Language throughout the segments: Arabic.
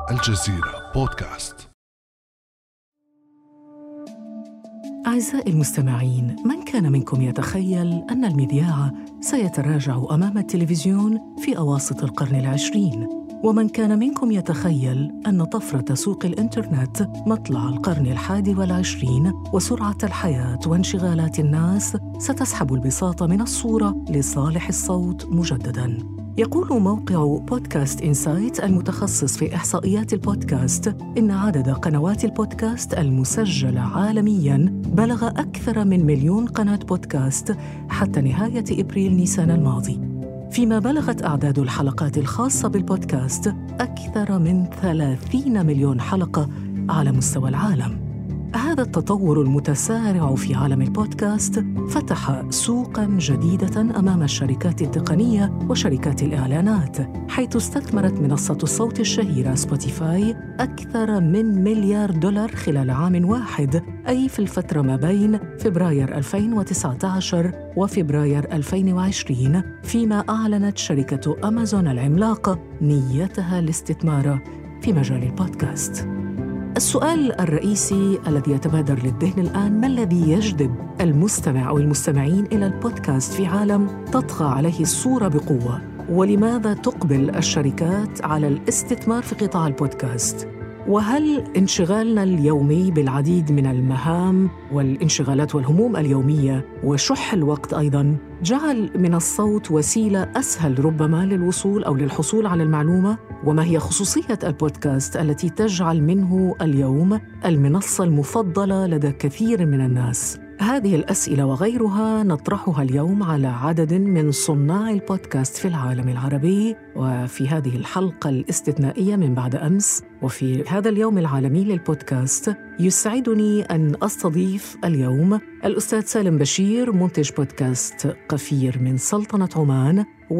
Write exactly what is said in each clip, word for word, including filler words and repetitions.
الجزيرة بودكاست. أعزائي المستمعين، من كان منكم يتخيل أن المذياع سيتراجع أمام التلفزيون في أواسط القرن العشرين؟ ومن كان منكم يتخيل أن طفرة سوق الإنترنت مطلع القرن الحادي والعشرين وسرعة الحياة وانشغالات الناس ستسحب البساط من الصورة لصالح الصوت مجدداً؟ يقول موقع بودكاست إنسايت المتخصص في إحصائيات البودكاست إن عدد قنوات البودكاست المسجلة عالمياً بلغ أكثر من مليون قناة بودكاست حتى نهاية إبريل نيسان الماضي، فيما بلغت أعداد الحلقات الخاصة بالبودكاست أكثر من ثلاثين مليون حلقة على مستوى العالم. هذا التطور المتسارع في عالم البودكاست فتح سوقاً جديدة أمام الشركات التقنية وشركات الإعلانات، حيث استثمرت منصة الصوت الشهيرة سبوتيفاي أكثر من مليار دولار خلال عام واحد، أي في الفترة ما بين فبراير ألفين وتسعة عشر وفبراير ألفين وعشرين، فيما أعلنت شركة أمازون العملاقة نيتها الاستثمار في مجال البودكاست. السؤال الرئيسي الذي يتبادر للذهن الآن: ما الذي يجذب المستمع أو المستمعين إلى البودكاست في عالم تطغى عليه الصورة بقوة؟ ولماذا تقبل الشركات على الاستثمار في قطاع البودكاست؟ وهل انشغالنا اليومي بالعديد من المهام والانشغالات والهموم اليومية وشح الوقت أيضاً جعل من الصوت وسيلة أسهل ربما للوصول أو للحصول على المعلومة؟ وما هي خصوصية البودكاست التي تجعل منه اليوم المنصة المفضلة لدى كثير من الناس؟ هذه الأسئلة وغيرها نطرحها اليوم على عدد من صناع البودكاست في العالم العربي، وفي هذه الحلقة الاستثنائية من بعد أمس وفي هذا اليوم العالمي للبودكاست يسعدني أن أستضيف اليوم الأستاذ سالم بشير، منتج بودكاست قفير من سلطنة عمان،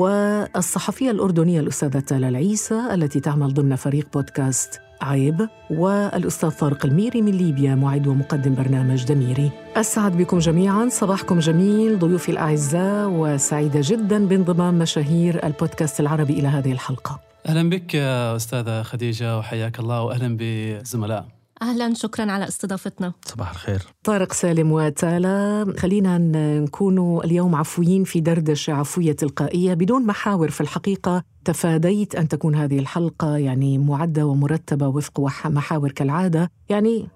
والصحفية الأردنية الأستاذة تالا العيسى التي تعمل ضمن فريق بودكاست عيب، والأستاذ طارق الميري من ليبيا، معد ومقدم برنامج دميري. أسعد بكم جميعاً، صباحكم جميل ضيوفي الأعزاء، وسعيدة جداً بانضمام مشاهير البودكاست العربي إلى هذه الحلقة. أهلاً بك يا أستاذة خديجة وحياك الله، وأهلاً بالزملاء. أهلاً، شكراً على استضافتنا. صباح الخير. طارق، سالم وتالا، خلينا نكون اليوم عفويين في دردشة عفوية تلقائية بدون محاور. في الحقيقة تفاديت أن تكون هذه الحلقة يعني معدة ومرتبة وفق محاور كالعادة، يعني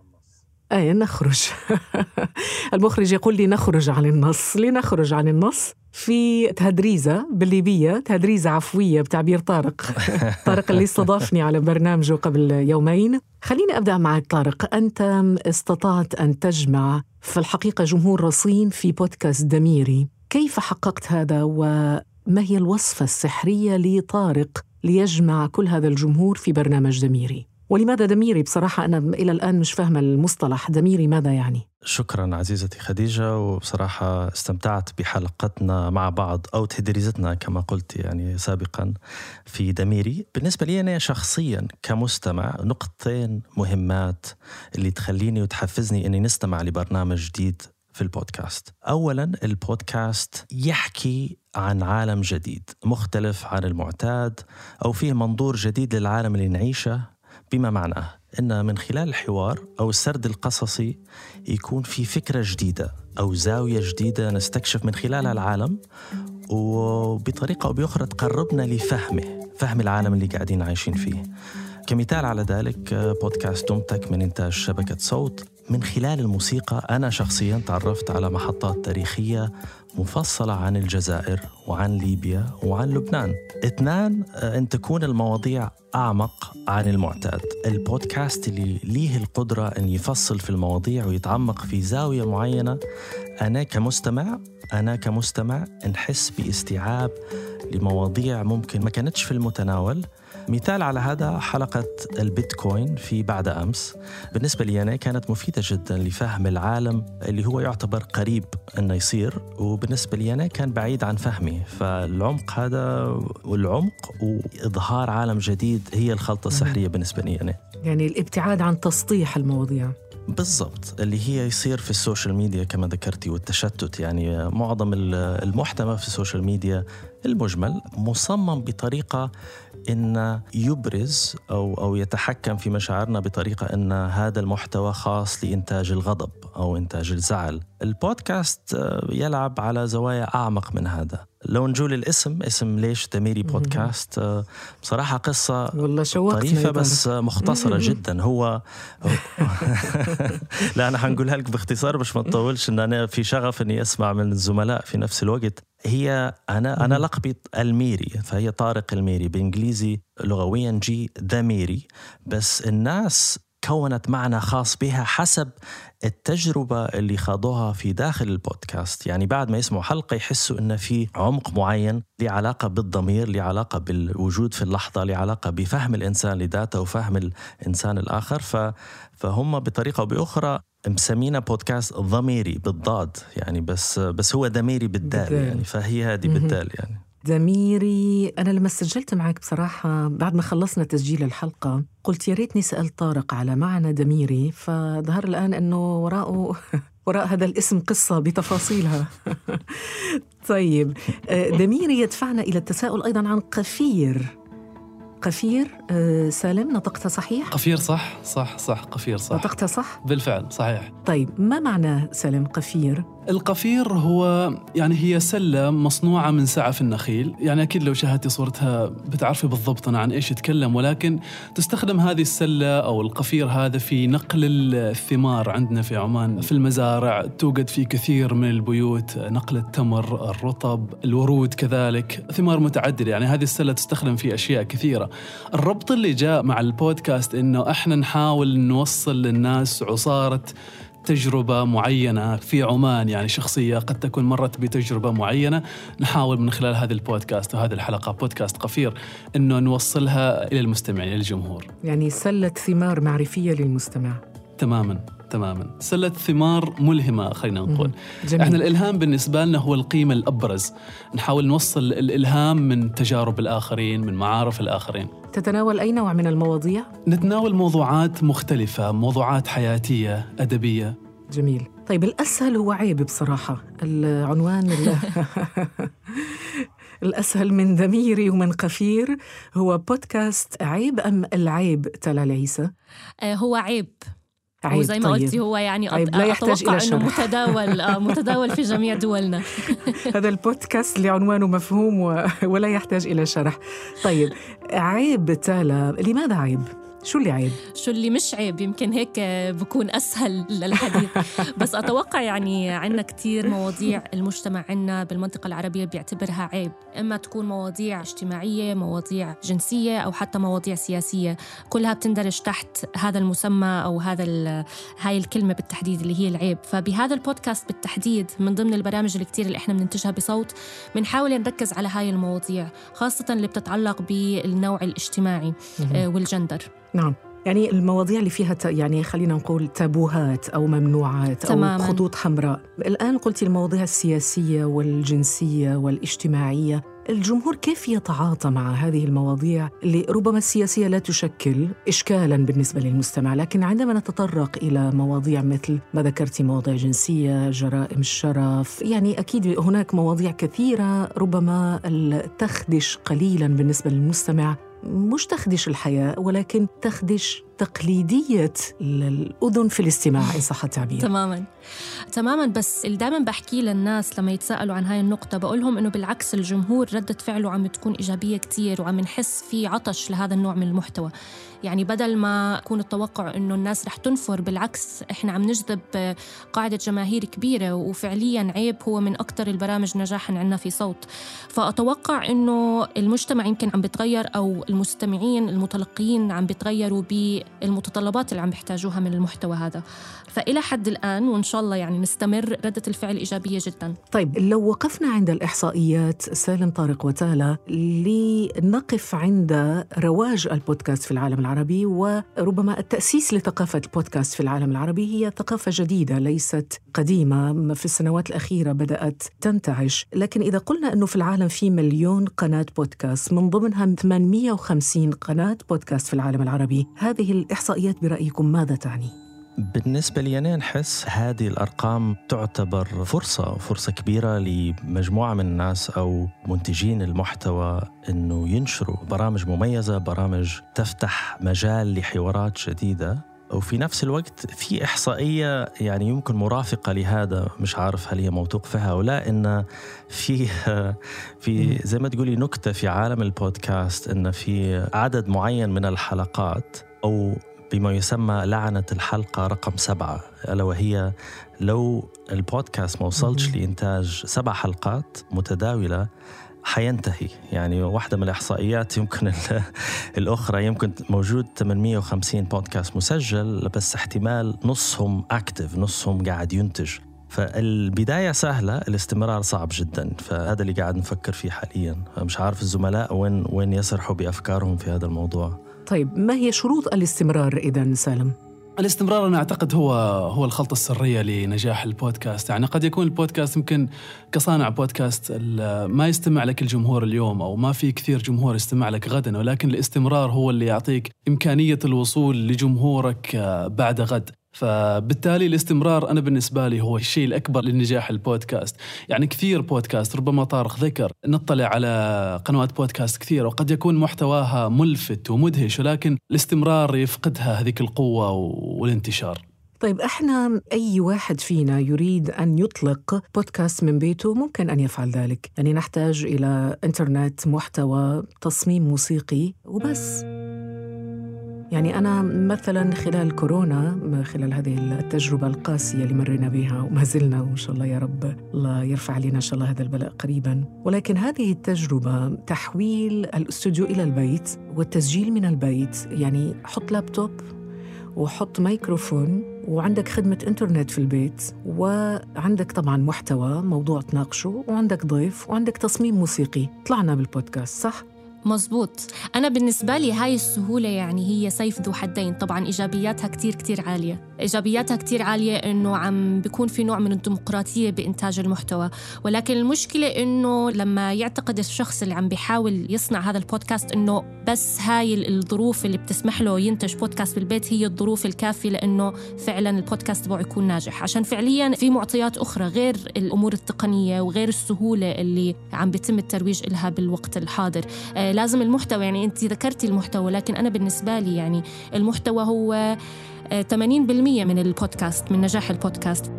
أي نخرج المخرج يقول لي نخرج عن النص، لنخرج عن النص في تهدريزة بالليبية، تهدريزة عفوية بتعبير طارق طارق اللي استضافني على برنامجه قبل يومين. خليني أبدأ معك طارق، أنت استطعت أن تجمع في الحقيقة جمهور رصين في بودكاست دميري، كيف حققت هذا؟ وما هي الوصفة السحرية لطارق ليجمع كل هذا الجمهور في برنامج دميري؟ ولماذا دميري؟ بصراحة أنا إلى الآن مش فاهمة المصطلح دميري ماذا يعني؟ شكراً عزيزتي خديجة، وبصراحة استمتعت بحلقتنا مع بعض أو تدريزتنا كما قلت يعني سابقاً في دميري. بالنسبة لي أنا شخصياً كمستمع نقطتين مهمات اللي تخليني وتحفزني أني نستمع لبرنامج جديد في البودكاست. أولاً البودكاست يحكي عن عالم جديد مختلف عن المعتاد، أو فيه منظور جديد للعالم اللي نعيشه، بما معناه إن من خلال الحوار أو السرد القصصي يكون في فكرة جديدة أو زاوية جديدة نستكشف من خلالها العالم، وبطريقة أو بأخرى تقربنا لفهمه فهم العالم اللي قاعدين عايشين فيه. كمثال على ذلك بودكاست دومتك من إنتاج شبكة صوت. من خلال الموسيقى أنا شخصياً تعرفت على محطات تاريخية مفصلة عن الجزائر وعن ليبيا وعن لبنان. اثنان، أن تكون المواضيع أعمق عن المعتاد. البودكاست اللي ليه القدرة أن يفصل في المواضيع ويتعمق في زاوية معينة، أنا كمستمع أنا كمستمع نحس باستيعاب لمواضيع ممكن ما كانتش في المتناول. مثال على هذا حلقة البيتكوين في بعد أمس، بالنسبة لي أنا كانت مفيدة جدا لفهم العالم اللي هو يعتبر قريب أنه يصير، وبالنسبة لي أنا كان بعيد عن فهمي. فالعمق هذا والعمق وإظهار عالم جديد هي الخلطة السحرية بالنسبة لي أنا. يعني الابتعاد عن تسطيح المواضيع بالضبط، اللي هي يصير في السوشيال ميديا كما ذكرتي، والتشتت. يعني معظم المحتوى في السوشيال ميديا المجمل مصمم بطريقة إن يبرز أو أو يتحكم في مشاعرنا بطريقة أن هذا المحتوى خاص لإنتاج الغضب أو إنتاج الزعل. البودكاست يلعب على زوايا أعمق من هذا. لو نجول الاسم اسم ليش دميري بودكاست، بصراحة قصة طريفة بس مختصرة جدا. هو لا أنا هنقولها لك باختصار باش ما تطولش، إن أنا في شغف إني أسمع من الزملاء في نفس الوقت. هي أنا أنا لقبي الميري، فهي طارق الميري، بإنجليزي لغويا جي دميري، بس الناس كونت معنى خاص بها حسب التجربة اللي خاضوها في داخل البودكاست. يعني بعد ما يسمعوا حلقة يحسوا إن في عمق معين له علاقة بالضمير، له علاقة بالوجود في اللحظة، له علاقة بفهم الإنسان لذاته وفهم الإنسان الآخر. ف... فهم بطريقة أو بأخرى مسمينا بودكاست ضميري بالضاد يعني، بس بس هو دميري بالدال يعني، فهي هذه بالدال يعني. دميري. أنا لما سجلت معك بصراحة بعد ما خلصنا تسجيل الحلقة قلت يا ريتني سألت طارق على معنى دميري، فظهر الآن أنه وراءه وراء هذا الاسم قصة بتفاصيلها. طيب، دميري يدفعنا إلى التساؤل أيضا عن قفير. قفير آه سالم، نطقتها صحيح؟ قفير صح صح صح قفير صح، نطقتها صح؟ بالفعل صحيح. طيب، ما معنى سالم قفير؟ القفير هو يعني هي سلة مصنوعة من سعف النخيل، يعني أكيد لو شاهدتي صورتها بتعرفي بالضبط أنا عن إيش أتكلم، ولكن تستخدم هذه السلة أو القفير هذا في نقل الثمار. عندنا في عمان في المزارع توجد في كثير من البيوت نقل التمر، الرطب، الورود، كذلك ثمار متعددة. يعني هذه السلة تستخدم في أشياء كثيرة. الربط اللي جاء مع البودكاست إنه إحنا نحاول نوصل للناس عصارة تجربة معينة في عمان، يعني شخصية قد تكون مرت بتجربة معينة، نحاول من خلال هذا البودكاست وهذه الحلقة بودكاست قفير إنه نوصلها إلى المستمعين، للجمهور. يعني سلة ثمار معرفية للمستمع. تماماً تماماً، سلة ثمار ملهمة خلينا نقول. جميل. احنا الإلهام بالنسبة لنا هو القيمة الأبرز، نحاول نوصل الإلهام من تجارب الآخرين، من معارف الآخرين. تتناول أي نوع من المواضيع؟ نتناول موضوعات مختلفة، موضوعات حياتية، أدبية. جميل. طيب، الأسهل هو عيب بصراحة. العنوان الأسهل من ضميري ومن قفير هو بودكاست عيب أم العيب تلا العيسى؟ آه هو عيب. عيب. زي ما طيب. قلتي هو يعني عيب لا يحتاج إلى شرح. متداول آه متداول في جميع دولنا. هذا البودكاست اللي عنوانه مفهوم و... ولا يحتاج إلى شرح. طيب، عيب تالا، لماذا عيب؟ شو اللي عيب؟ شو اللي مش عيب؟ يمكن هيك بكون أسهل للحديث. بس أتوقع يعني عنا كتير مواضيع المجتمع عنا بالمنطقة العربية بيعتبرها عيب، إما تكون مواضيع اجتماعية، مواضيع جنسية، أو حتى مواضيع سياسية، كلها بتندرج تحت هذا المسمى أو هذا هاي الكلمة بالتحديد اللي هي العيب. فبهذا البودكاست بالتحديد من ضمن البرامج اللي كتير اللي إحنا بننتجها بصوت بنحاول نركز على هاي المواضيع، خاصة اللي بتتعلق بالنوع الاجتماعي والجندر. نعم، يعني المواضيع اللي فيها ت... يعني خلينا نقول تابوهات أو ممنوعات أو تماماً. خطوط حمراء. الآن قلتي المواضيع السياسية والجنسية والاجتماعية، الجمهور كيف يتعاطى مع هذه المواضيع اللي ربما السياسية لا تشكل إشكالاً بالنسبة للمستمع، لكن عندما نتطرق إلى مواضيع مثل ما ذكرتي، مواضيع جنسية، جرائم الشرف، يعني أكيد هناك مواضيع كثيرة ربما تخدش قليلاً بالنسبة للمستمع، مش تخدش الحياة ولكن تخدش تقليدية الأذن في الاستماع إن صح التعبير. تماماً تماماً. بس اللي دائماً بحكي للناس لما يتساءلوا عن هاي النقطة بقولهم إنه بالعكس الجمهور ردة فعله عم تكون إيجابية كتير، وعم نحس في عطش لهذا النوع من المحتوى. يعني بدل ما يكون التوقع إنه الناس رح تنفر، بالعكس إحنا عم نجذب قاعدة جماهير كبيرة، وفعلياً عيب هو من أكتر البرامج نجاحاً عنا في صوت. فأتوقع إنه المجتمع يمكن عم بتغير، أو المستمعين المتلقيين عم بتغيروا بالمتطلبات اللي عم بيحتاجوها من المحتوى هذا. فإلى حد الآن وإن شاء الله يعني نستمر، ردة الفعل إيجابية جداً. طيب، لو وقفنا عند الإحصائيات سالم، طارق وتالا، لنقف عند رواج البودكاست في العالم العربي، وربما التأسيس لثقافة البودكاست في العالم العربي هي ثقافة جديدة ليست قديمة، في السنوات الأخيرة بدأت تنتعش. لكن إذا قلنا أنه في العالم في مليون قناة بودكاست، من ضمنها ثمانمئة وخمسين قناة بودكاست في العالم العربي، هذه الإحصائيات برأيكم ماذا تعني؟ بالنسبة لي أنا نحس هذه الأرقام تعتبر فرصة فرصة كبيرة لمجموعة من الناس أو منتجين المحتوى أنه ينشروا برامج مميزة، برامج تفتح مجال لحوارات جديدة. وفي نفس الوقت في إحصائية يعني يمكن مرافقة لهذا، مش عارف هل هي موثوق فيها أو لا، إن في في زي ما تقولي نكتة في عالم البودكاست إن في عدد معين من الحلقات أو بما يسمى لعنة الحلقة رقم سبعة، ألا وهي لو البودكاست ما وصلش لإنتاج سبع حلقات متداولة حينتهي. يعني واحدة من الإحصائيات يمكن الأخرى يمكن موجود ثمانمئة وخمسين بودكاست مسجل، بس احتمال نصهم أكتف، نصهم قاعد ينتج. فالبداية سهلة، الاستمرار صعب جدا. فهذا اللي قاعد نفكر فيه حاليا. مش عارف الزملاء وين وين يسرحوا بأفكارهم في هذا الموضوع. طيب ما هي شروط الاستمرار إذن سالم؟ الاستمرار أنا أعتقد هو هو الخلطة السرية لنجاح البودكاست. يعني قد يكون البودكاست يمكن كصانع بودكاست ما يستمع لك الجمهور اليوم أو ما في كثير جمهور يستمع لك غدا، ولكن الاستمرار هو اللي يعطيك إمكانية الوصول لجمهورك بعد غد. فبالتالي الاستمرار أنا بالنسبة لي هو الشيء الأكبر لنجاح البودكاست. يعني كثير بودكاست ربما طارق ذكر نطلع على قنوات بودكاست كثير وقد يكون محتواها ملفت ومدهش، ولكن الاستمرار يفقدها هذيك القوة والانتشار. طيب احنا أي واحد فينا يريد أن يطلق بودكاست من بيته ممكن أن يفعل ذلك. يعني نحتاج إلى إنترنت، محتوى، تصميم موسيقي وبس. يعني أنا مثلاً خلال كورونا، خلال هذه التجربة القاسية اللي مرينا بها وما زلنا، وإن شاء الله يا رب الله يرفع علينا إن شاء الله هذا البلاء قريباً، ولكن هذه التجربة تحويل الاستوديو إلى البيت والتسجيل من البيت. يعني حط لابتوب وحط ميكروفون وعندك خدمة إنترنت في البيت وعندك طبعاً محتوى موضوع تناقشه وعندك ضيف وعندك تصميم موسيقي، طلعنا بالبودكاست. صح؟ مزبوط. أنا بالنسبة لي هاي السهولة يعني هي سيف ذو حدين. طبعاً إيجابياتها كتير كتير عالية. إيجابياتها كتير عالية إنه عم بيكون في نوع من الديمقراطية بإنتاج المحتوى، ولكن المشكلة إنه لما يعتقد الشخص اللي عم بيحاول يصنع هذا البودكاست إنه بس هاي الظروف اللي بتسمح له ينتج بودكاست بالبيت هي الظروف الكافية لأنه فعلاً البودكاست تبعه يكون ناجح، عشان فعلياً في معطيات أخرى غير الأمور التقنية وغير السهولة اللي عم بيتم الترويج إلها بالوقت الحاضر. لازم المحتوى، يعني أنت ذكرتي المحتوى، لكن أنا بالنسبة لي يعني المحتوى هو ثمانين بالمئة من البودكاست، من نجاح البودكاست.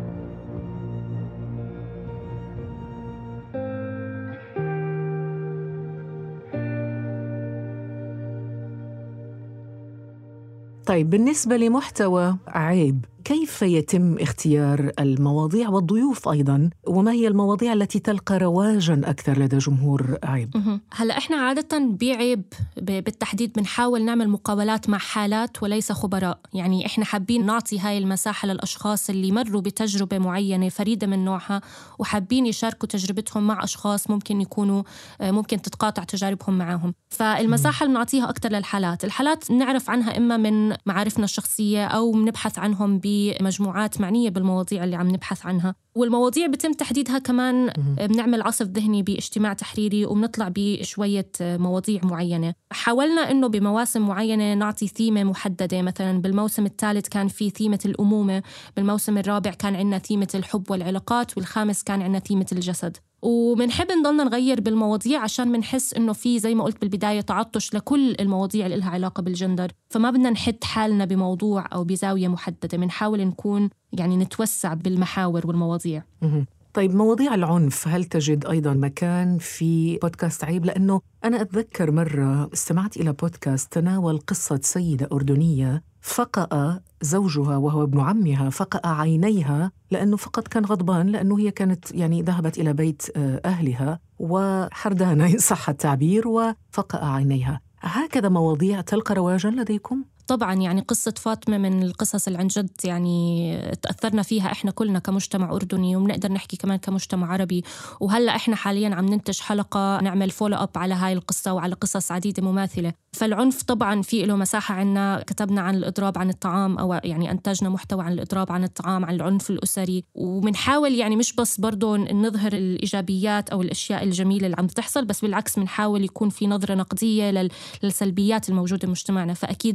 طيب بالنسبة لمحتوى عيب، كيف يتم اختيار المواضيع والضيوف أيضاً؟ وما هي المواضيع التي تلقى رواجاً أكثر لدى جمهور عيب؟ هلأ إحنا عادة بعيب بالتحديد بنحاول نعمل مقابلات مع حالات وليس خبراء. يعني إحنا حابين نعطي هاي المساحة للأشخاص اللي مروا بتجربة معينة فريدة من نوعها وحابين يشاركوا تجربتهم مع أشخاص ممكن يكونوا ممكن تتقاطع تجاربهم معهم. فالمساحة اللي بنعطيها أكثر للحالات. الحالات نعرف عنها إما من معارفنا الشخصية أو بنبحث عنهم بمجموعات معنية بالمواضيع اللي عم نبحث عنها، والمواضيع بتم تحديدها كمان بنعمل عصف ذهني باجتماع تحريري وبنطلع بشوية مواضيع معينة. حاولنا إنه بمواسم معينة نعطي ثيمة محددة. مثلا بالموسم الثالث كان في ثيمة الأمومة، بالموسم الرابع كان عندنا ثيمة الحب والعلاقات، والخامس كان عندنا ثيمة الجسد. ومنحب نضلنا نغير بالمواضيع عشان منحس إنه في زي ما قلت بالبداية تعطش لكل المواضيع اللي لها علاقة بالجندر، فما بدنا نحد حالنا بموضوع أو بزاوية محددة، منحاول نكون يعني نتوسع بالمحاور والمواضيع. طيب مواضيع العنف هل تجد أيضاً مكان في بودكاست عيب؟ لأنه أنا أتذكر مرة استمعت إلى بودكاست تناول قصة سيدة أردنية فقأ زوجها وهو ابن عمها، فقأ عينيها لأنه فقط كان غضبان لأنه هي كانت يعني ذهبت إلى بيت أهلها وحردانة إن صح التعبير وفقأ عينيها. هكذا مواضيع تلقى رواجاً لديكم؟ طبعاً يعني قصة فاطمة من القصص اللي عن جد يعني تأثرنا فيها إحنا كلنا كمجتمع أردني، وبنقدر نحكي كمان كمجتمع عربي. وهلأ إحنا حالياً عم ننتج حلقة نعمل فولو أب على هاي القصة وعلى قصص عديدة مماثلة. فالعنف طبعاً في له مساحة عنا. كتبنا عن الإضراب عن الطعام، أو يعني أنتجنا محتوى عن الإضراب عن الطعام، عن العنف الأسري، ومنحاول يعني مش بس برضو نظهر الإيجابيات أو الأشياء الجميلة اللي عم تحصل، بس بالعكس منحاول يكون في نظرة نقدية للسلبيات الموجودة بمجتمعنا. فأكيد العنف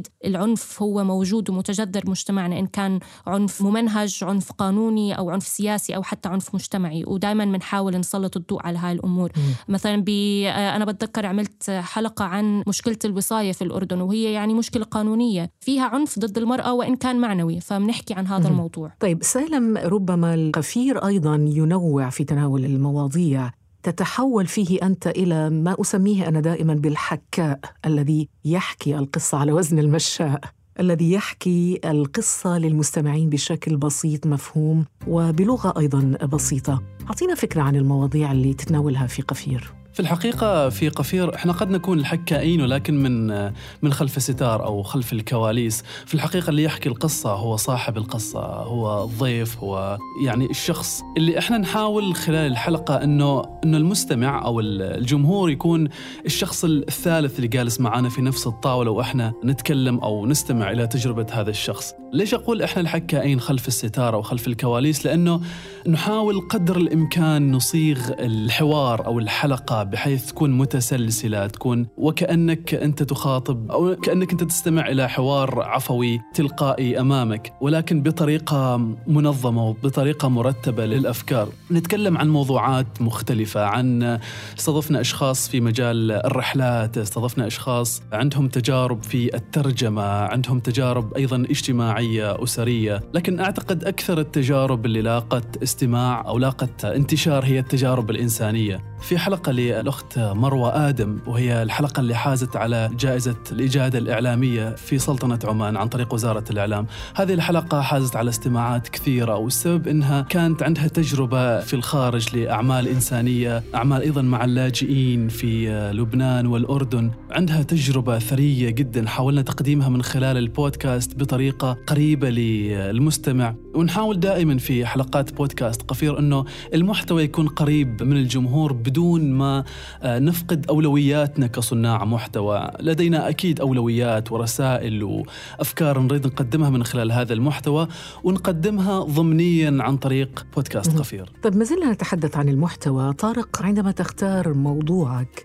العنف هو موجود ومتجذر مجتمعنا، إن كان عنف ممنهج، عنف قانوني، أو عنف سياسي، أو حتى عنف مجتمعي. ودائما بنحاول نسلط الضوء على هاي الأمور. م. مثلا بي أنا بتذكر عملت حلقة عن مشكلة الوصاية في الأردن، وهي يعني مشكلة قانونية فيها عنف ضد المرأة وإن كان معنوي، فبنحكي عن هذا م. الموضوع. طيب سالم، ربما القفير أيضا ينوع في تناول المواضيع، تتحول فيه أنت إلى ما أسميه أنا دائما بالحكاء، الذي يحكي القصة على وزن المشاء، الذي يحكي القصة للمستمعين بشكل بسيط مفهوم وبلغة أيضا بسيطة. أعطينا فكرة عن المواضيع اللي تتناولها في قفير. في الحقيقة في قفير احنا قد نكون الحكائين، ولكن من من خلف الستار أو خلف الكواليس. في الحقيقة اللي يحكي القصة هو صاحب القصة، هو الضيف، هو يعني الشخص اللي احنا نحاول خلال الحلقة إنه إنه المستمع أو الجمهور يكون الشخص الثالث اللي جالس معنا في نفس الطاولة وإحنا نتكلم أو نستمع إلى تجربة هذا الشخص. ليش أقول إحنا الحكائين خلف الستار أو خلف الكواليس؟ لأنه نحاول قدر الإمكان نصيغ الحوار أو الحلقة بحيث تكون متسلسلة، تكون وكأنك أنت تخاطب أو كأنك أنت تستمع إلى حوار عفوي تلقائي أمامك، ولكن بطريقة منظمة وبطريقة مرتبة للأفكار. نتكلم عن موضوعات مختلفة، عن استضفنا أشخاص في مجال الرحلات، استضفنا أشخاص عندهم تجارب في الترجمة، عندهم تجارب أيضا اجتماعية أسرية، لكن أعتقد أكثر التجارب اللي لاقت استماع أو لاقت انتشار هي التجارب الإنسانية. في حلقة للأخت مروة آدم، وهي الحلقة اللي حازت على جائزة الإجادة الإعلامية في سلطنة عمان عن طريق وزارة الإعلام. هذه الحلقة حازت على استماعات كثيرة، والسبب إنها كانت عندها تجربة في الخارج لأعمال إنسانية، أعمال أيضا مع اللاجئين في لبنان والأردن. عندها تجربة ثرية جدا، حاولنا تقديمها من خلال البودكاست بطريقة قريبة للمستمع. ونحاول دائما في حلقات بودكاست قفير أنه المحتوى يكون قريب من الجمهور بدون ما نفقد أولوياتنا كصناع محتوى. لدينا أكيد أولويات ورسائل وأفكار نريد نقدمها من خلال هذا المحتوى، ونقدمها ضمنيا عن طريق بودكاست قفير. طب ما زلنا نتحدث عن المحتوى. طارق، عندما تختار موضوعك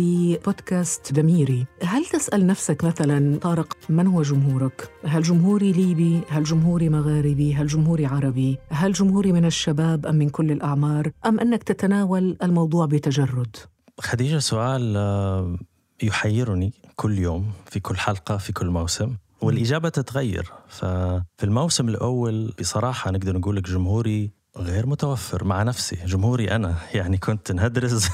لبودكاست دميري، هل تسأل نفسك مثلا طارق من هو جمهورك؟ هل جمهوري ليبي؟ هل جمهوري مغاربي؟ هل جمهوري عربي؟ هل جمهوري من الشباب أم من كل الأعمار؟ أم أنك تتناول الموضوع بتجرد؟ خديجة، سؤال يحيرني كل يوم في كل حلقة في كل موسم، والإجابة تتغير. ففي الموسم الأول بصراحة نقدر نقول لك جمهوري غير متوفر مع نفسي، جمهوري أنا يعني كنت نهدرز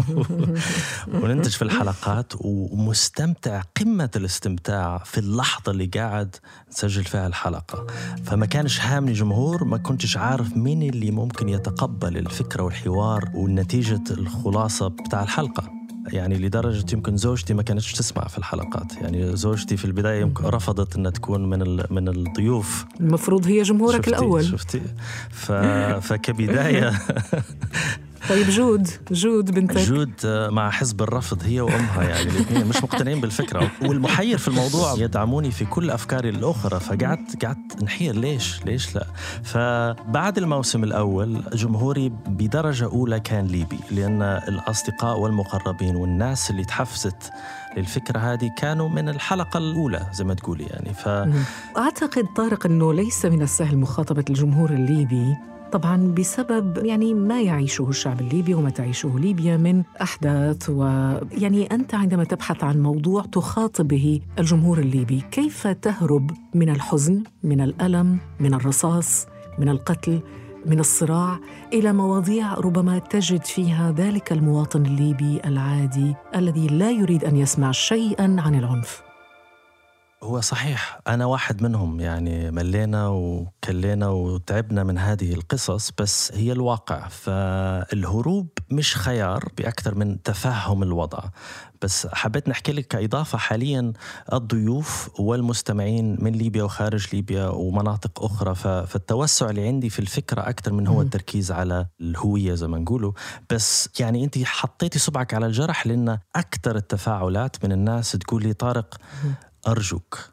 وننتج في الحلقات ومستمتع قمة الاستمتاع في اللحظة اللي قاعد نسجل فيها الحلقة. فما كانش هامني جمهور، ما كنتش عارف مين اللي ممكن يتقبل الفكرة والحوار والنتيجة الخلاصة بتاع الحلقة. يعني لدرجة يمكن زوجتي ما كانتش تسمع في الحلقات، يعني زوجتي في البداية يمكن رفضت أن تكون من من الضيوف. المفروض هي جمهورك شفتي الأول. شفتي ف... فكبداية طيب جود جود بنتك جود مع حزب الرفض هي وأمها، يعني الاثنين مش مقتنعين بالفكرة، والمحير في الموضوع يدعموني في كل أفكاري الأخرى. فقعدت قعدت نحير ليش ليش لا. فبعد الموسم الأول جمهوري بدرجة أولى كان ليبي، لأن الأصدقاء والمقربين والناس اللي تحفزت للفكرة هذه كانوا من الحلقة الأولى زي ما تقولي يعني. ف... أعتقد طارق أنه ليس من السهل مخاطبة الجمهور الليبي، طبعاً بسبب يعني ما يعيشه الشعب الليبي وما تعيشه ليبيا من أحداث. ويعني أنت عندما تبحث عن موضوع تخاطب به الجمهور الليبي، كيف تهرب من الحزن، من الألم، من الرصاص، من القتل، من الصراع، إلى مواضيع ربما تجد فيها ذلك المواطن الليبي العادي الذي لا يريد أن يسمع شيئاً عن العنف؟ هو صحيح أنا واحد منهم، يعني ملينا وكلينا وتعبنا من هذه القصص، بس هي الواقع. فالهروب مش خيار بأكثر من تفهم الوضع. بس حبيت نحكي لك كإضافة، حاليا الضيوف والمستمعين من ليبيا وخارج ليبيا ومناطق أخرى، فالتوسع اللي عندي في الفكرة أكثر من هو التركيز على الهوية زي ما نقوله. بس يعني أنت حطيتي صبعك على الجرح، لأن أكثر التفاعلات من الناس تقول لي طارق أرجوك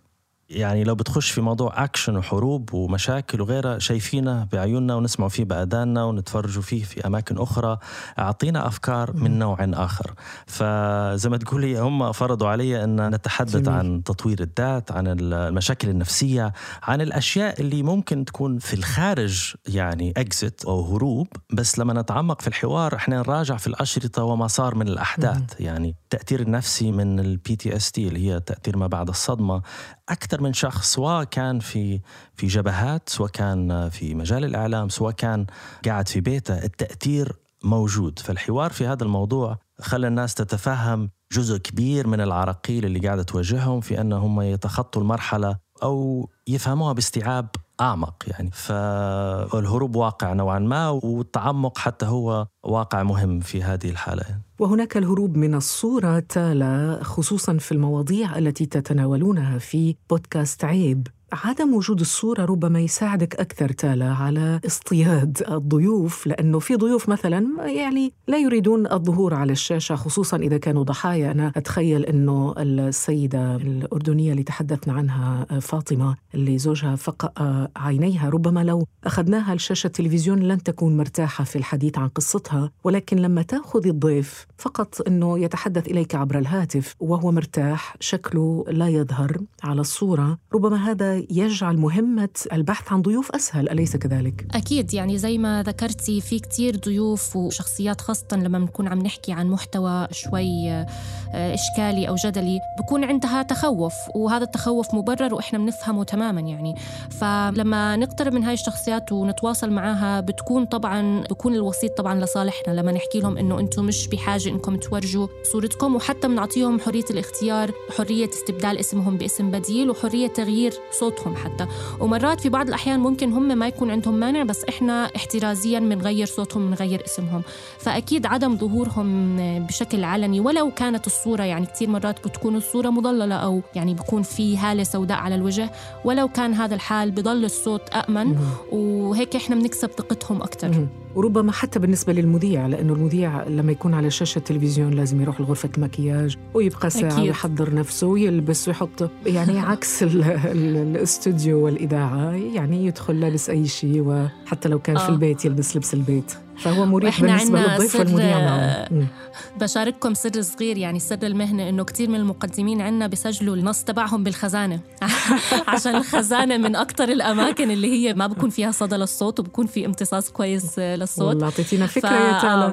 يعني لو بتخش في موضوع أكشن وحروب ومشاكل وغيرها شايفينه بعيوننا ونسمعوا فيه بأذاننا ونتفرجوا فيه في أماكن أخرى. أعطينا أفكار من نوع آخر. فزي ما تقولي هم فرضوا علي أن نتحدث جميل. عن تطوير الذات، عن المشاكل النفسية، عن الأشياء اللي ممكن تكون في الخارج يعني أكزت أو هروب، بس لما نتعمق في الحوار إحنا نراجع في الأشرطة وما صار من الأحداث. مم. يعني التأثير النفسي من البي تي اس تي اللي هي تأثير ما بعد الصدمة. أكثر من شخص سواء كان في في جبهات، سواء كان في مجال الإعلام، سواء كان قاعد في بيته، التأثير موجود. فالحوار في هذا الموضوع خلى الناس تتفهم جزء كبير من العراقيل اللي قاعدة تواجههم في أنهم يتخطوا المرحلة أو يفهموها باستيعاب أعمق. يعني فالهروب واقع نوعا ما، والتعمق حتى هو واقع مهم في هذه الحالة. وهناك الهروب من الصورة تالا، خصوصا في المواضيع التي تتناولونها في بودكاست عيب. عدم وجود الصورة ربما يساعدك أكثر تالا على اصطياد الضيوف، لأنه في ضيوف مثلا يعني لا يريدون الظهور على الشاشة، خصوصا إذا كانوا ضحايا. أنا أتخيل أنه السيدة الأردنية اللي تحدثنا عنها فاطمة اللي زوجها فقأ عينيها، ربما لو أخذناها لشاشة التلفزيون لن تكون مرتاحة في الحديث عن قصتها، ولكن لما تأخذ الضيف فقط أنه يتحدث إليك عبر الهاتف وهو مرتاح، شكله لا يظهر على الصورة، ربما هذا يجعل مهمة البحث عن ضيوف أسهل، أليس كذلك؟ أكيد. يعني زي ما ذكرتي في كتير ضيوف وشخصيات، خاصة لما بنكون عم نحكي عن محتوى شوي إشكالي أو جدلي، بكون عندها تخوف، وهذا التخوف مبرر وإحنا بنفهمه تماما. يعني فلما نقترب من هاي الشخصيات ونتواصل معها بتكون طبعا بكون الوسيط طبعا لصالحنا، لما نحكي لهم إنه أنتم مش بحاجة إنكم تورجوا صورتكم، وحتى بنعطيهم حرية الاختيار، حرية استبدال اسمهم باسم بديل، وحرية تغيير صوتهم حتى. ومرات في بعض الأحيان ممكن هم ما يكون عندهم مانع، بس إحنا احترازيا منغير صوتهم، منغير اسمهم. فأكيد عدم ظهورهم بشكل علني ولو كانت الصورة، يعني كتير مرات بتكون الصورة مضللة أو يعني بيكون في هالة سوداء على الوجه، ولو كان هذا الحال بضل الصوت أأمن، وهيك إحنا بنكسب ثقتهم أكتر. وربما حتى بالنسبة للمذيع، لأنه المذيع لما يكون على شاشة التلفزيون لازم يروح لغرفة المكياج ويبقى ساعة أكيد. ويحضر نفسه ويلبس ويحط، يعني عكس الاستوديو والإذاعة يعني يدخل لابس أي شيء، وحتى لو كان آه. في البيت يلبس لبس البيت، فهو مريح بالنسبة للضيف والمذيع معه. بشارككم سر صغير، يعني سر المهنة، إنه كتير من المقدمين عنا بيسجلوا النص تبعهم بالخزانة عشان الخزانة من أكتر الأماكن اللي هي ما بكون فيها صدى للصوت وبكون في امتصاص كويس للصوت. والله أعطيتينا فكرة ف... يا تالا.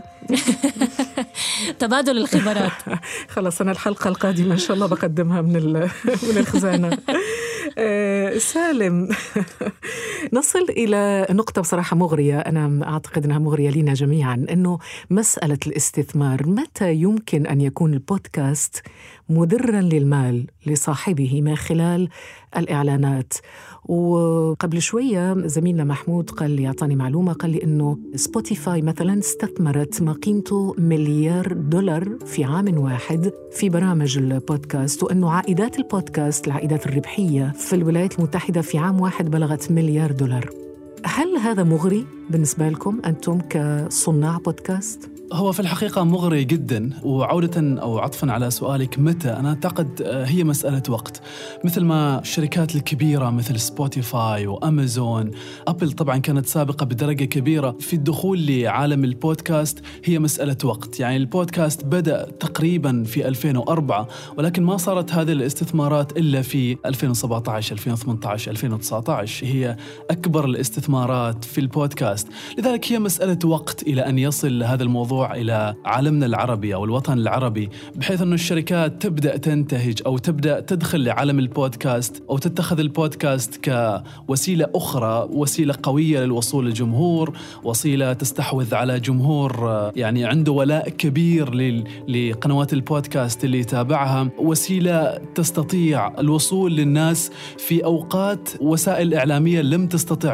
تبادل الخبرات. خلاص أنا الحلقة القادمة إن شاء الله بقدمها من من الخزانة. آه سالم، نصل إلى نقطة بصراحة مغرية، أنا أعتقد أنها مغرية لنا جميعا، أنه مسألة الاستثمار. متى يمكن أن يكون البودكاست مضرا للمال لصاحبه من خلال الإعلانات؟ وقبل شوية زميلنا محمود قال لي، أعطاني معلومة، قال لي أنه سبوتيفاي مثلا استثمرت ما قيمته مليار دولار في عام واحد في برامج البودكاست، وأنه عائدات البودكاست، العائدات الربحية في الولايات المتحدة في عام واحد بلغت مليار دولار. هل هذا مغري بالنسبة لكم أنتم كصناع بودكاست؟ هو في الحقيقة مغري جدا. وعودة أو عطفا على سؤالك متى، أنا أعتقد هي مسألة وقت. مثل ما الشركات الكبيرة مثل سبوتيفاي وأمازون، أبل طبعا كانت سابقة بدرجة كبيرة في الدخول لعالم البودكاست، هي مسألة وقت. يعني البودكاست بدأ تقريبا في ألفين وأربعة، ولكن ما صارت هذه الاستثمارات إلا في ألفين وسبعة عشر ألفين وثمانية عشر ألفين وتسعة عشر، هي أكبر الاستثمارات في البودكاست. لذلك هي مسألة وقت إلى أن يصل هذا الموضوع إلى عالمنا العربي أو الوطن العربي، بحيث أن الشركات تبدأ تنتهج أو تبدأ تدخل لعالم البودكاست أو تتخذ البودكاست كوسيلة أخرى، وسيلة قوية للوصول للجمهور، وسيلة تستحوذ على جمهور يعني عنده ولاء كبير لقنوات البودكاست اللي يتابعها، وسيلة تستطيع الوصول للناس في أوقات وسائل إعلامية لم تستطيع الوصول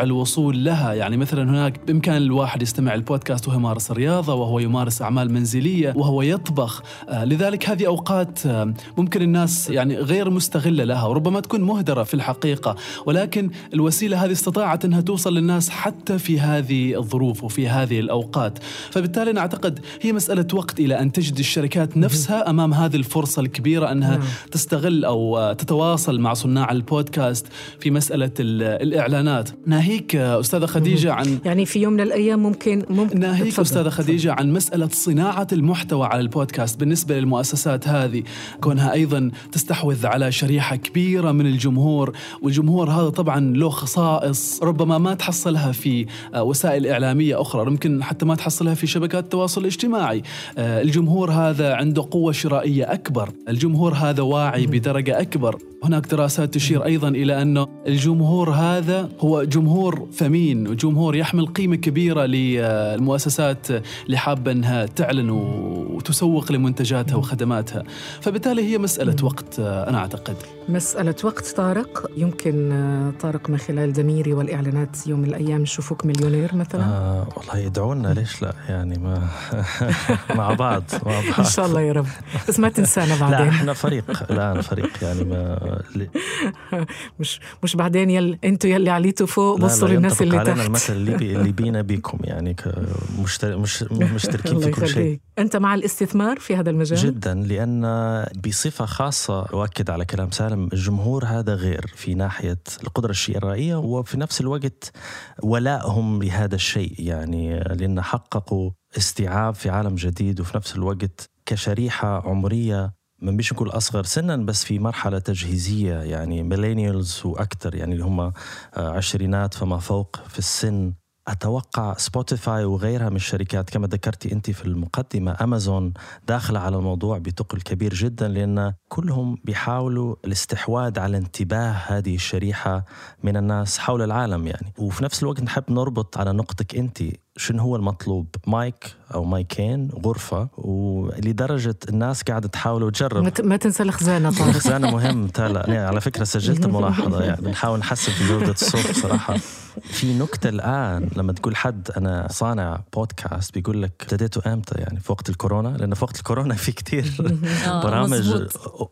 الوصول لها. يعني مثلا هناك بإمكان الواحد يستمع البودكاست وهو يمارس الرياضة، وهو يمارس أعمال منزلية، وهو يطبخ. آه لذلك هذه أوقات آه ممكن الناس يعني غير مستغلة لها، وربما تكون مهدرة في الحقيقة، ولكن الوسيلة هذه استطاعت أنها توصل للناس حتى في هذه الظروف وفي هذه الأوقات. فبالتالي أنا أعتقد هي مسألة وقت إلى أن تجد الشركات نفسها أمام هذه الفرصة الكبيرة أنها تستغل أو تتواصل مع صناع البودكاست في مسألة الإعلانات. ناهيك أستاذة خديجة عن يعني في يوم من الأيام ممكن ممكن ناهيك تفضل. أستاذة خديجة عن مسألة صناعة المحتوى على البودكاست بالنسبة للمؤسسات هذه، كونها أيضا تستحوذ على شريحة كبيرة من الجمهور، والجمهور هذا طبعا له خصائص ربما ما تحصلها في وسائل إعلامية أخرى، ممكن حتى ما تحصلها في شبكات التواصل الاجتماعي. الجمهور هذا عنده قوة شرائية أكبر، الجمهور هذا واعي بدرجة أكبر. هناك دراسات تشير أيضا إلى أنه الجمهور هذا هو جمهور ثمين وجمهور يحمل قيمة كبيرة للمؤسسات اللي حابة أنها تعلن وتسوق لمنتجاتها وخدماتها. فبالتالي هي مسألة وقت، أنا أعتقد مسألة وقت. طارق، يمكن طارق من خلال دميري والإعلانات يوم من الأيام نشوفك مليونير مثلا؟ آه والله يدعونا، ليش لا يعني ما مع بعض مع بعض إن شاء الله يا رب، بس ما تنسانا بعدين. لا إحنا فريق الآن فريق يعني ما مش مش بعدين يل أنتوا يلي عليتوا فوق بصوا للناس اللي تحت. المثل اللي بي اللي بينا بيكم يعني كمشتر مش مشتركين في كل شيء. أنت مع الاستثمار في هذا المجال؟ جدا، لأن بصفة خاصة أؤكد على كلام سالم، الجمهور هذا غير في ناحية القدرة الشرائية، وفي نفس الوقت ولائهم لهذا الشيء، يعني لأن حققوا استيعاب في عالم جديد، وفي نفس الوقت كشريحة عمرية من بيش نقول أصغر سنا بس في مرحلة تجهيزية، يعني ميلينيالز وأكثر، يعني اللي هم عشرينات فما فوق في السن. أتوقع سبوتيفاي وغيرها من الشركات كما ذكرتي أنت في المقدمة، أمازون داخلة على الموضوع بثقل كبير جدا، لأن كلهم بيحاولوا الاستحواذ على انتباه هذه الشريحة من الناس حول العالم يعني. وفي نفس الوقت نحب نربط على نقطك أنت، شنو هو المطلوب؟ مايك أو مايكين، غرفة، ولدرجة الناس قاعدة تحاول تجرب. ما تنسى الخزانة طارق. الخزانة مهم تلا. يعني على فكرة سجلت الملاحظة، يعني بنحاول نحسن في جودة الصوت صراحة. في نكتة الآن لما تقول حد أنا صانع بودكاست بيقول لك ابتديته أمتى؟ يعني في وقت الكورونا، لأن في وقت الكورونا في كتير برامج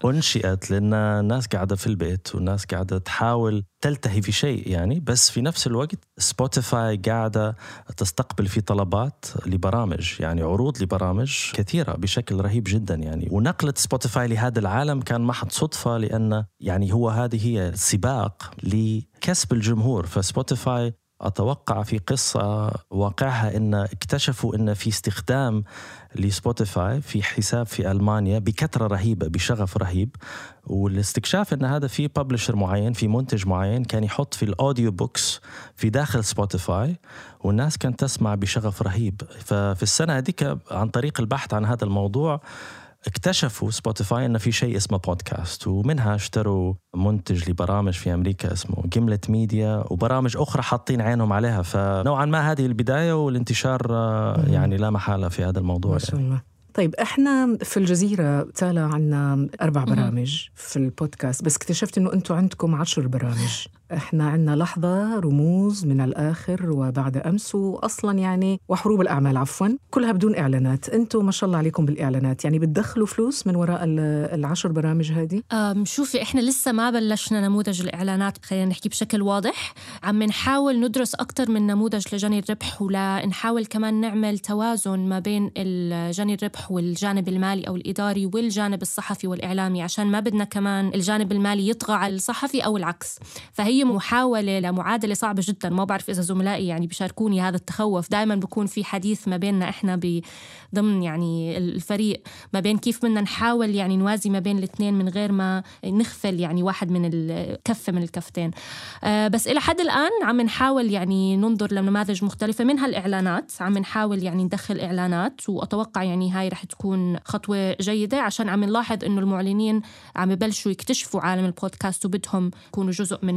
أنشئت لأن الناس قاعدة في البيت والناس قاعدة تحاول تلتهي في شيء يعني. بس في نفس الوقت سبوتيفاي قاعدة تستقبل في طلبات لبرامج، يعني عروض لبرامج كثيرة بشكل رهيب جدا يعني. ونقلة سبوتيفاي لهذا العالم كان محض صدفة، لأن يعني هو هذه هي سباق لكسب الجمهور. فسبوتيفاي أتوقع في قصة واقعها إن اكتشفوا إن في استخدام لسبوتيفاي في حساب في ألمانيا بكثرة رهيبة بشغف رهيب، والاستكشاف إن هذا في بابلشر معين، في منتج معين كان يحط في الأوديو بوكس في داخل سبوتيفاي، والناس كانت تسمع بشغف رهيب. ففي السنة هذيك عن طريق البحث عن هذا الموضوع اكتشفوا سبوتيفاي أن في شيء اسمه بودكاست، ومنها اشتروا منتج لبرامج في أمريكا اسمه جيملت ميديا، وبرامج أخرى حاطين عينهم عليها. فنوعا ما هذه البداية والانتشار يعني لا محالة في هذا الموضوع. ما شاء الله. يعني. طيب احنا في الجزيرة تالا عنا أربع برامج في البودكاست، بس اكتشفت إنه أنتوا عندكم عشر برامج. احنا عنا لحظة، رموز، من الآخر، وبعد أمس، وأصلا يعني وحروب الأعمال عفوا، كلها بدون إعلانات. أنتوا ما شاء الله عليكم بالإعلانات، يعني بتدخلوا فلوس من وراء العشر برامج هذه؟ شوفي احنا لسه ما بلشنا نموذج الإعلانات، خلينا نحكي بشكل واضح. عم نحاول ندرس أكتر من نموذج لجني الربح، ولا نحاول كمان نعمل توازن ما بين الجني الربح والجانب المالي أو الإداري والجانب الصحفي والإعلامي، عشان ما بدنا كمان الجانب المالي يطغى على الصحفي أو العكس. فهي محاولة لمعادلة صعبة جدا. ما بعرف إذا زملائي يعني بيشاركوني هذا التخوف. دائما بكون في حديث ما بيننا إحنا ضمن يعني الفريق ما بين كيف بدنا نحاول يعني نوازي ما بين الاثنين من غير ما نغفل يعني واحد من الكفة من الكفتين. أه بس إلى حد الآن عم نحاول يعني ننظر لنماذج مختلفة، منها الإعلانات. عم نحاول يعني ندخل إعلانات، وأتوقع يعني هاي رح تكون خطوة جيدة، عشان عم نلاحظ إنه المعلنين عم يبلشوا يكتشفوا عالم البودكاست وبدهم يكونوا جزء منه.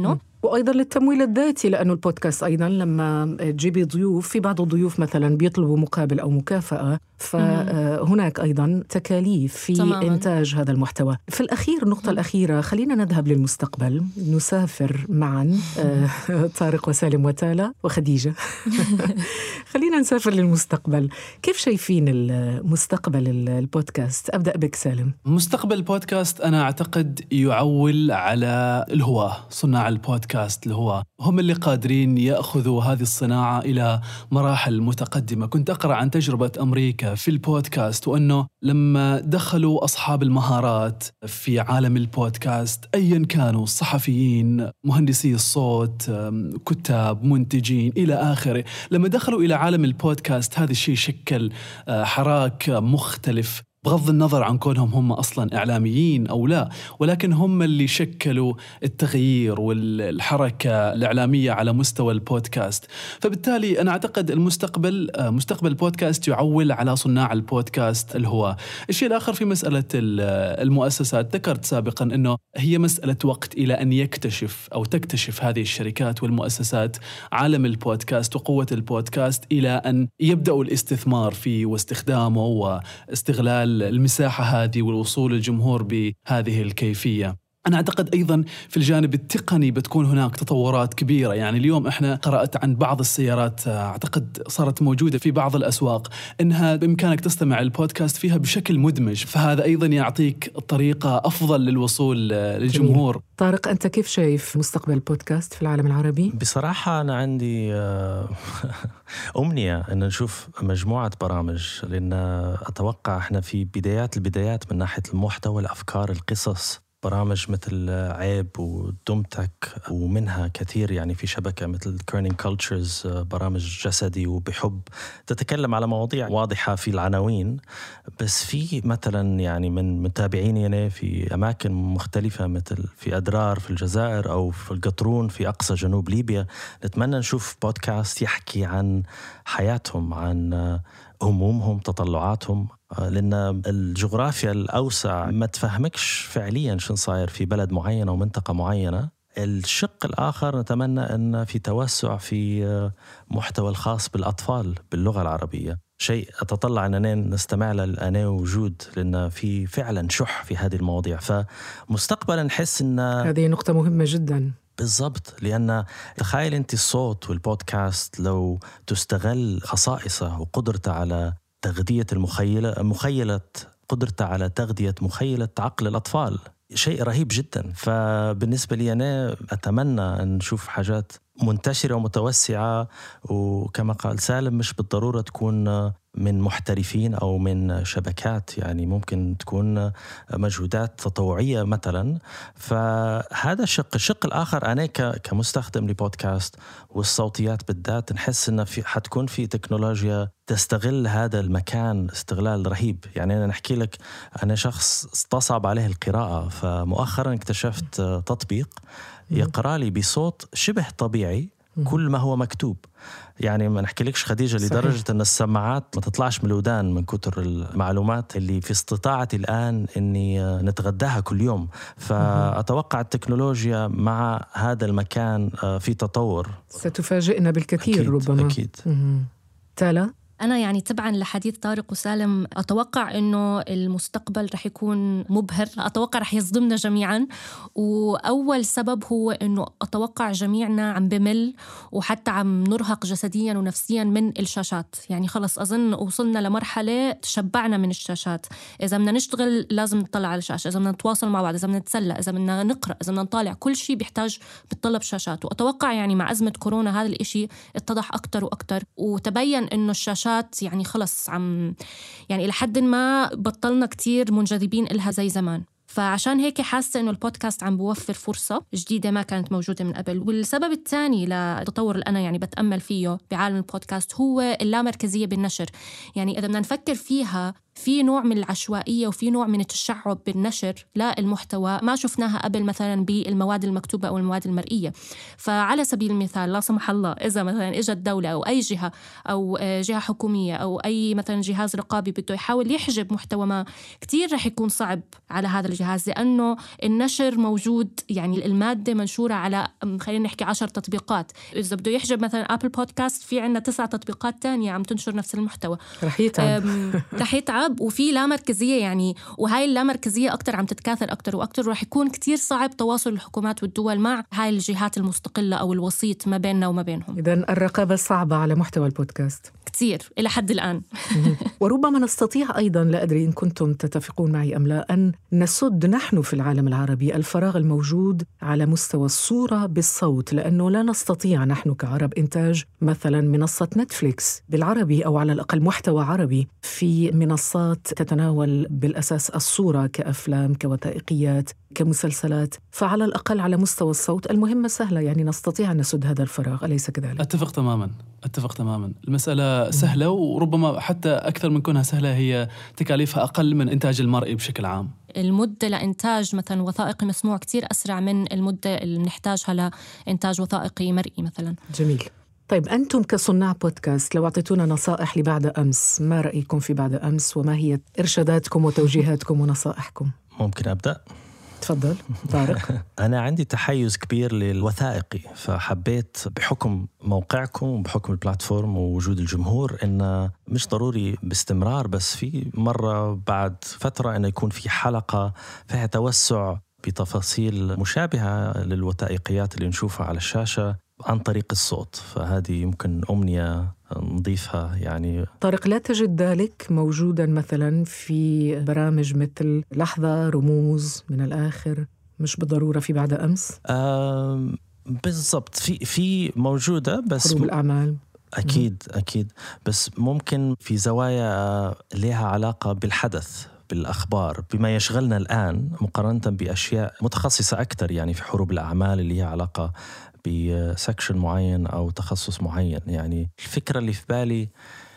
وأيضا للتمويل الذاتي، لأنه البودكاست أيضا لما تجيبي ضيوف، في بعض الضيوف مثلا بيطلبوا مقابل أو مكافأة، فهناك أيضا تكاليف في تماماً. إنتاج هذا المحتوى. في الأخير النقطة مم. الأخيرة، خلينا نذهب للمستقبل، نسافر معا طارق وسالم وتالا وخديجة خلينا نسافر للمستقبل. كيف شايفين المستقبل البودكاست؟ أبدأ بك سالم. مستقبل البودكاست أنا أعتقد يعول على الهواة، صناع البودكاست الهواة هم اللي قادرين يأخذوا هذه الصناعة إلى مراحل متقدمة. كنت أقرأ عن تجربة أمريكا في البودكاست، وأنه لما دخلوا أصحاب المهارات في عالم البودكاست أيا كانوا، صحفيين، مهندسي الصوت، كتاب، منتجين إلى آخره، لما دخلوا إلى عالم البودكاست هذا الشيء شكل حراك مختلف، بغض النظر عن كونهم هم أصلاً إعلاميين أو لا، ولكن هم اللي شكلوا التغيير والحركة الإعلامية على مستوى البودكاست. فبالتالي أنا أعتقد المستقبل مستقبل البودكاست يعول على صناع البودكاست الهواة. الشيء الآخر في مسألة المؤسسات، ذكرت سابقاً أنه هي مسألة وقت إلى أن يكتشف أو تكتشف هذه الشركات والمؤسسات عالم البودكاست وقوة البودكاست، إلى أن يبدأوا الاستثمار فيه واستخدامه واستغلال المساحة هذه والوصول للجمهور بهذه الكيفية. أنا أعتقد أيضاً في الجانب التقني بتكون هناك تطورات كبيرة. يعني اليوم إحنا قرأت عن بعض السيارات أعتقد صارت موجودة في بعض الأسواق إنها بإمكانك تستمع البودكاست فيها بشكل مدمج، فهذا أيضاً يعطيك طريقة أفضل للوصول للجمهور. جميل. طارق، أنت كيف شايف مستقبل البودكاست في العالم العربي؟ بصراحة أنا عندي أمنية أن نشوف مجموعة برامج، لأن أتوقع إحنا في بدايات البدايات من ناحية المحتوى، الأفكار، القصص. برامج مثل عيب ودمتك، ومنها كثير يعني في شبكة مثل كيرنينج كولتشرز، برامج جسدي وبحب، تتكلم على مواضيع واضحة في العناوين. بس في مثلا يعني من متابعيني أنا في أماكن مختلفة، مثل في أدرار في الجزائر أو في القطرون في أقصى جنوب ليبيا، نتمنى نشوف بودكاست يحكي عن حياتهم، عن همومهم، تطلعاتهم، لأن الجغرافيا الأوسع ما تفهمكش فعليا شو صاير في بلد معينة ومنطقة معينة. الشق الآخر نتمنى أن في توسع في محتوى الخاص بالأطفال باللغة العربية، شيء أتطلع أننا نستمع له الآن وجود، لأن في فعلا شح في هذه المواضيع. فمستقبلا نحس أن هذه نقطة مهمة جدا. بالضبط، لأن تخيل أنت الصوت والبودكاست لو تستغل خصائصه وقدرته على تغذية المخيلة مخيلة قدرته على تغذية مخيلة عقل الأطفال، شيء رهيب جدا. فبالنسبة لي أنا أتمنى أن نشوف حاجات منتشرة ومتوسعة، وكما قال سالم مش بالضرورة تكون من محترفين أو من شبكات، يعني ممكن تكون مجهودات تطوعية مثلا. فهذا الشق. الشق الآخر أنا كمستخدم لبودكاست والصوتيات بالذات نحس أن في حتكون في تكنولوجيا تستغل هذا المكان استغلال رهيب. يعني أنا نحكي لك، أنا شخص استصعب عليه القراءة، فمؤخرا اكتشفت تطبيق يقرأ لي بصوت شبه طبيعي كل ما هو مكتوب. يعني ما نحكي لكش خديجة لدرجة صحيح. أن السماعات ما تطلعش من الودان من كتر المعلومات اللي في استطاعتي الآن أني نتغداها كل يوم. فأتوقع التكنولوجيا مع هذا المكان في تطور ستفاجئنا بالكثير. أكيد ربما أكيد. تالا، أنا يعني تبعاً لحديث طارق وسالم أتوقع إنه المستقبل رح يكون مبهر، أتوقع رح يصدمنا جميعاً. وأول سبب هو إنه أتوقع جميعنا عم بمل وحتى عم نرهق جسدياً ونفسياً من الشاشات. يعني خلص أظن وصلنا لمرحلة تشبعنا من الشاشات. إذا بدنا نشتغل لازم نطلع على الشاشة، إذا بدنا نتواصل مع بعض، إذا بدنا نتسلى، إذا بدنا نقرأ، إذا بدنا نطالع، كل شيء بيحتاج بتطلب شاشات. وأتوقع يعني مع أزمة كورونا هذا الإشي اتضح أكتر وأكتر، وتبين إنه الشاشات يعني خلص عم يعني لحد ما بطلنا كتير منجذبين إلها زي زمان. فعشان هيك حاسة إنه البودكاست عم بوفر فرصة جديدة ما كانت موجودة من قبل. والسبب الثاني للتطور اللي أنا يعني بتأمل فيه بعالم البودكاست هو اللامركزية بالنشر. يعني إذا بدنا نفكر فيها، في نوع من العشوائية وفي نوع من التشعب بالنشر للمحتوى ما شفناها قبل مثلا بالمواد المكتوبة أو المواد المرئية. فعلى سبيل المثال لا سمح الله إذا مثلا إجت دولة أو أي جهة أو جهة حكومية أو أي مثلا جهاز رقابي بده يحاول يحجب محتوى ما، كتير رح يكون صعب على هذا الجهاز، لأنه النشر موجود، يعني المادة منشورة على خلينا نحكي عشر تطبيقات. إذا بده يحجب مثلا أبل بودكاست، في عنا تسع تطبيقات تانية عم تنشر نفس المحتوى، رح يتعب رح يتعب وفي لا مركزية يعني، وهاي اللا مركزية أكتر عم تتكاثر أكتر وأكتر، ورح يكون كتير صعب تواصل الحكومات والدول مع هاي الجهات المستقلة أو الوسيط ما بيننا وما بينهم. إذن الرقابة صعبة على محتوى البودكاست كتير إلى حد الآن. وربما نستطيع أيضا، لا أدري إن كنتم تتفقون معي أم لا، أن نسد نحن في العالم العربي الفراغ الموجود على مستوى الصورة بالصوت، لأنه لا نستطيع نحن كعرب إنتاج مثلا منصة نتفليكس بالعربي، أو على الأقل محتوى عربي في منصات تتناول بالأساس الصورة كأفلام كوثائقيات كمسلسلات. فعلى الأقل على مستوى الصوت المهمة سهلة، يعني نستطيع أن نسد هذا الفراغ، أليس كذلك؟ أتفق تماما أتفق تماما المسألة سهلة، وربما حتى أكثر من كونها سهلة هي تكاليفها أقل من إنتاج المرئي بشكل عام. المدة لإنتاج مثلا وثائقي مسموع كتير أسرع من المدة اللي نحتاجها لإنتاج وثائقي مرئي مثلا. جميل. طيب أنتم كصناع بودكاست لو أعطيتونا نصائح لبعد أمس، ما رأيكم في بعد أمس وما هي إرشاداتكم وتوجيهاتكم ونصائحكم؟ ممكن أبدأ؟ تفضل طارق. أنا عندي تحيز كبير للوثائقي، فحبيت بحكم موقعكم وبحكم البلاتفورم ووجود الجمهور إن مش ضروري باستمرار، بس في مرة بعد فترة إنه يكون في حلقة فيها توسع بتفاصيل مشابهة للوثائقيات اللي نشوفها على الشاشة عن طريق الصوت. فهذه يمكن أمنية نضيفها. يعني طارق، لا تجد ذلك موجودا مثلا في برامج مثل لحظة، رموز، من الآخر؟ مش بالضرورة في بعد أمس. آه بالضبط، في في موجودة، بس حروب الأعمال أكيد م- أكيد بس ممكن في زوايا لها علاقة بالحدث، بالأخبار، بما يشغلنا الآن مقارنة بأشياء متخصصة أكثر. يعني في حروب الأعمال اللي هي علاقة بسكشن معين أو تخصص معين. يعني الفكرة اللي في بالي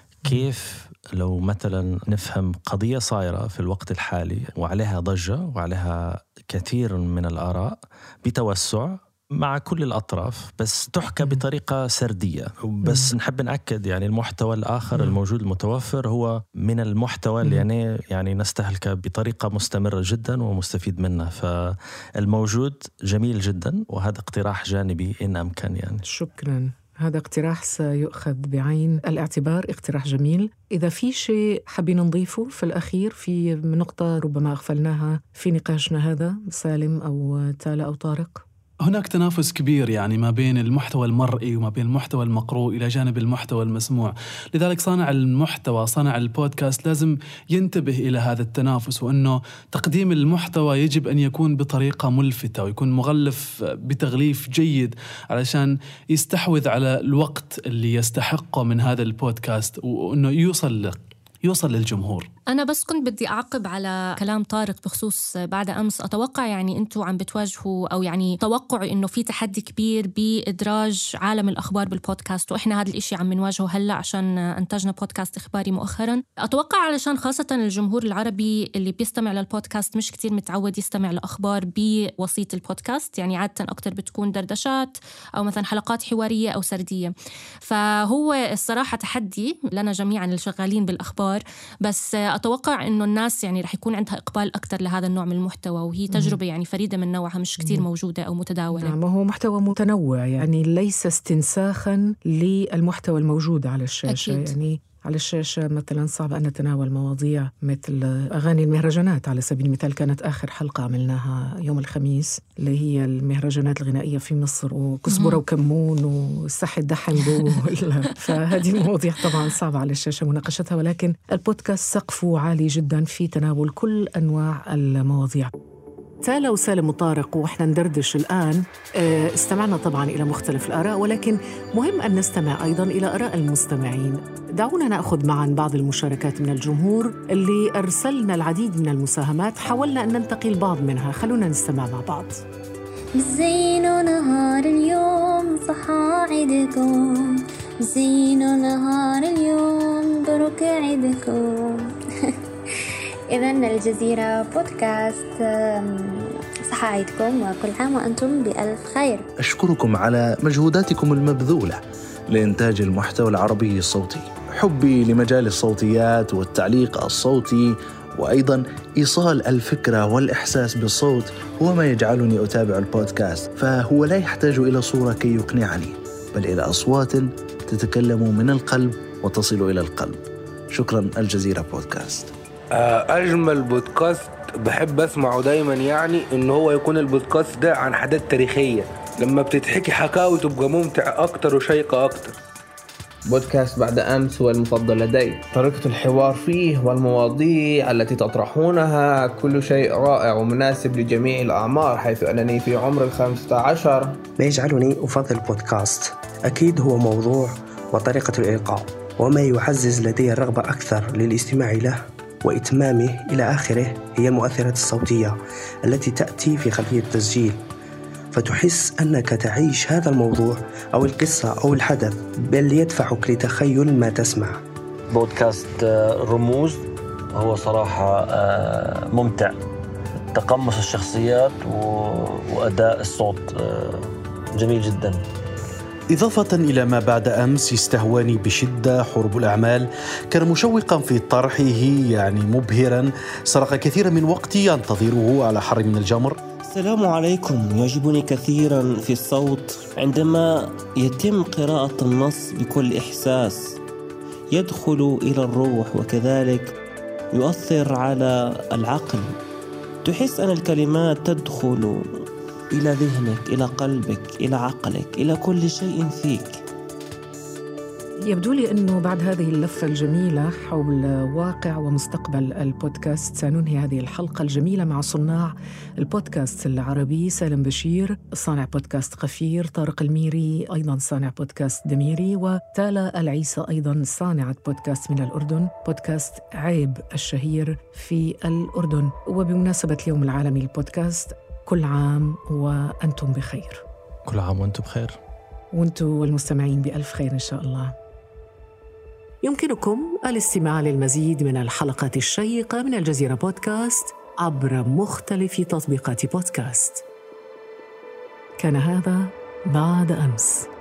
كيف لو مثلا نفهم قضية صايرة في الوقت الحالي وعليها ضجة وعليها كثير من الآراء بتوسع مع كل الأطراف، بس تحكى بطريقة سردية. بس نحب نأكد يعني المحتوى الآخر الموجود المتوفر هو من المحتوى اللي يعني, يعني نستهلكه بطريقة مستمرة جدا ومستفيد منه. فالموجود جميل جدا، وهذا اقتراح جانبي إن أمكن. يعني شكرا، هذا اقتراح سيؤخذ بعين الاعتبار، اقتراح جميل. إذا في شيء حابين نضيفه في الأخير، في نقطة ربما أغفلناها في نقاشنا هذا، سالم أو تالا أو طارق؟ هناك تنافس كبير يعني ما بين المحتوى المرئي وما بين المحتوى المقروء إلى جانب المحتوى المسموع. لذلك صانع المحتوى، صانع البودكاست لازم ينتبه إلى هذا التنافس، وأنه تقديم المحتوى يجب أن يكون بطريقة ملفتة ويكون مغلف بتغليف جيد علشان يستحوذ على الوقت اللي يستحقه من هذا البودكاست، وأنه يوصل يوصل للجمهور. أنا بس كنت بدي أعقب على كلام طارق بخصوص بعد أمس. أتوقع يعني أنتوا عم بتواجهوا أو يعني توقعوا إنه في تحدي كبير بإدراج عالم الأخبار بالبودكاست، وإحنا هذا الإشي عم نواجهه هلأ عشان أنتجنا بودكاست إخباري مؤخرا. أتوقع علشان خاصة الجمهور العربي اللي بيستمع للبودكاست مش كتير متعود يستمع لأخبار بوسيط البودكاست، يعني عادة أكتر بتكون دردشات أو مثلا حلقات حوارية أو سردية. فهو الصراحة تحدي لنا جميعا الشغالين بالأخبار، بس أتوقع إنه الناس يعني رح يكون عندها إقبال أكتر لهذا النوع من المحتوى، وهي تجربة يعني فريدة من نوعها، مش كتير موجودة أو متداولة. نعم، هو محتوى متنوع، يعني ليس استنساخا للمحتوى الموجود على الشاشة. أكيد. يعني على الشاشة مثلا صعب أن نتناول مواضيع مثل أغاني المهرجانات على سبيل المثال. كانت آخر حلقة عملناها يوم الخميس اللي هي المهرجانات الغنائية في مصر، وكزبرة وكمون والسحي الدحنجو. فهذه المواضيع طبعا صعبة على الشاشة مناقشتها، ولكن البودكاست سقفه عالي جدا في تناول كل أنواع المواضيع. تالا وسالم وطارق، وإحنا ندردش الآن، استمعنا طبعاً إلى مختلف الآراء، ولكن مهم أن نستمع أيضاً إلى آراء المستمعين. دعونا نأخذ معاً بعض المشاركات من الجمهور اللي أرسلنا العديد من المساهمات، حاولنا أن ننتقي البعض منها. خلونا نستمع مع بعض. زينوا نهار اليوم صحا عيدكم، زينوا نهار اليوم برك عيدكم. إذن الجزيرة بودكاست صح عيدكم وكل عام وأنتم بألف خير. أشكركم على مجهوداتكم المبذولة لإنتاج المحتوى العربي الصوتي. حبي لمجال الصوتيات والتعليق الصوتي وأيضا إيصال الفكرة والإحساس بالصوت هو ما يجعلني أتابع البودكاست، فهو لا يحتاج إلى صورة كي يقنعني، بل إلى أصوات تتكلم من القلب وتصل إلى القلب. شكرا الجزيرة بودكاست. أجمل بودكاست بحب أسمعه دايما يعني إنه هو يكون البودكاست ده عن حدث تاريخية، لما بتتحكي حكاوي تبقى ممتع أكتر وشيقة أكتر. بودكاست بعد أمس هو المفضل لدي، طريقة الحوار فيه والمواضيع التي تطرحونها كل شيء رائع ومناسب لجميع الأعمار، حيث أنني في عمر الخامسة عشر. ما يجعلني أفضل البودكاست أكيد هو موضوع وطريقة الإلقاء، وما يعزز لدي الرغبة أكثر للاستماع له وإتمامه إلى آخره هي المؤثرات الصوتية التي تأتي في خلفية التسجيل، فتحس أنك تعيش هذا الموضوع أو القصة أو الحدث، بل يدفعك لتخيل ما تسمع. بودكاست رموز هو صراحة ممتع، تقمص الشخصيات وأداء الصوت جميل جدا. إضافة إلى ما بعد أمس استهواني بشدة حرب الأعمال، كان مشوقا في طرحه يعني مبهرا، سرق كثيرا من وقتي أنتظره على حر من الجمر. السلام عليكم. يعجبني كثيرا في الصوت عندما يتم قراءة النص بكل إحساس، يدخل إلى الروح وكذلك يؤثر على العقل. تحس أن الكلمات تدخل إلى ذهنك، إلى قلبك، إلى عقلك، إلى كل شيء فيك. يبدو لي أنه بعد هذه اللفة الجميلة حول واقع ومستقبل البودكاست سننهي هذه الحلقة الجميلة مع صناع البودكاست العربي: سالم بشير صانع بودكاست قفير، طارق الميري أيضاً صانع بودكاست دميري، وتالا العيسى أيضاً صانعة بودكاست من الأردن، بودكاست عيب الشهير في الأردن. وبمناسبة اليوم العالمي للبودكاست، كل عام وأنتم بخير. كل عام وأنتم بخير، وأنتم والمستمعين بألف خير إن شاء الله. يمكنكم الاستماع للمزيد من الحلقات الشيقة من الجزيرة بودكاست عبر مختلف تطبيقات بودكاست. كان هذا بعد أمس.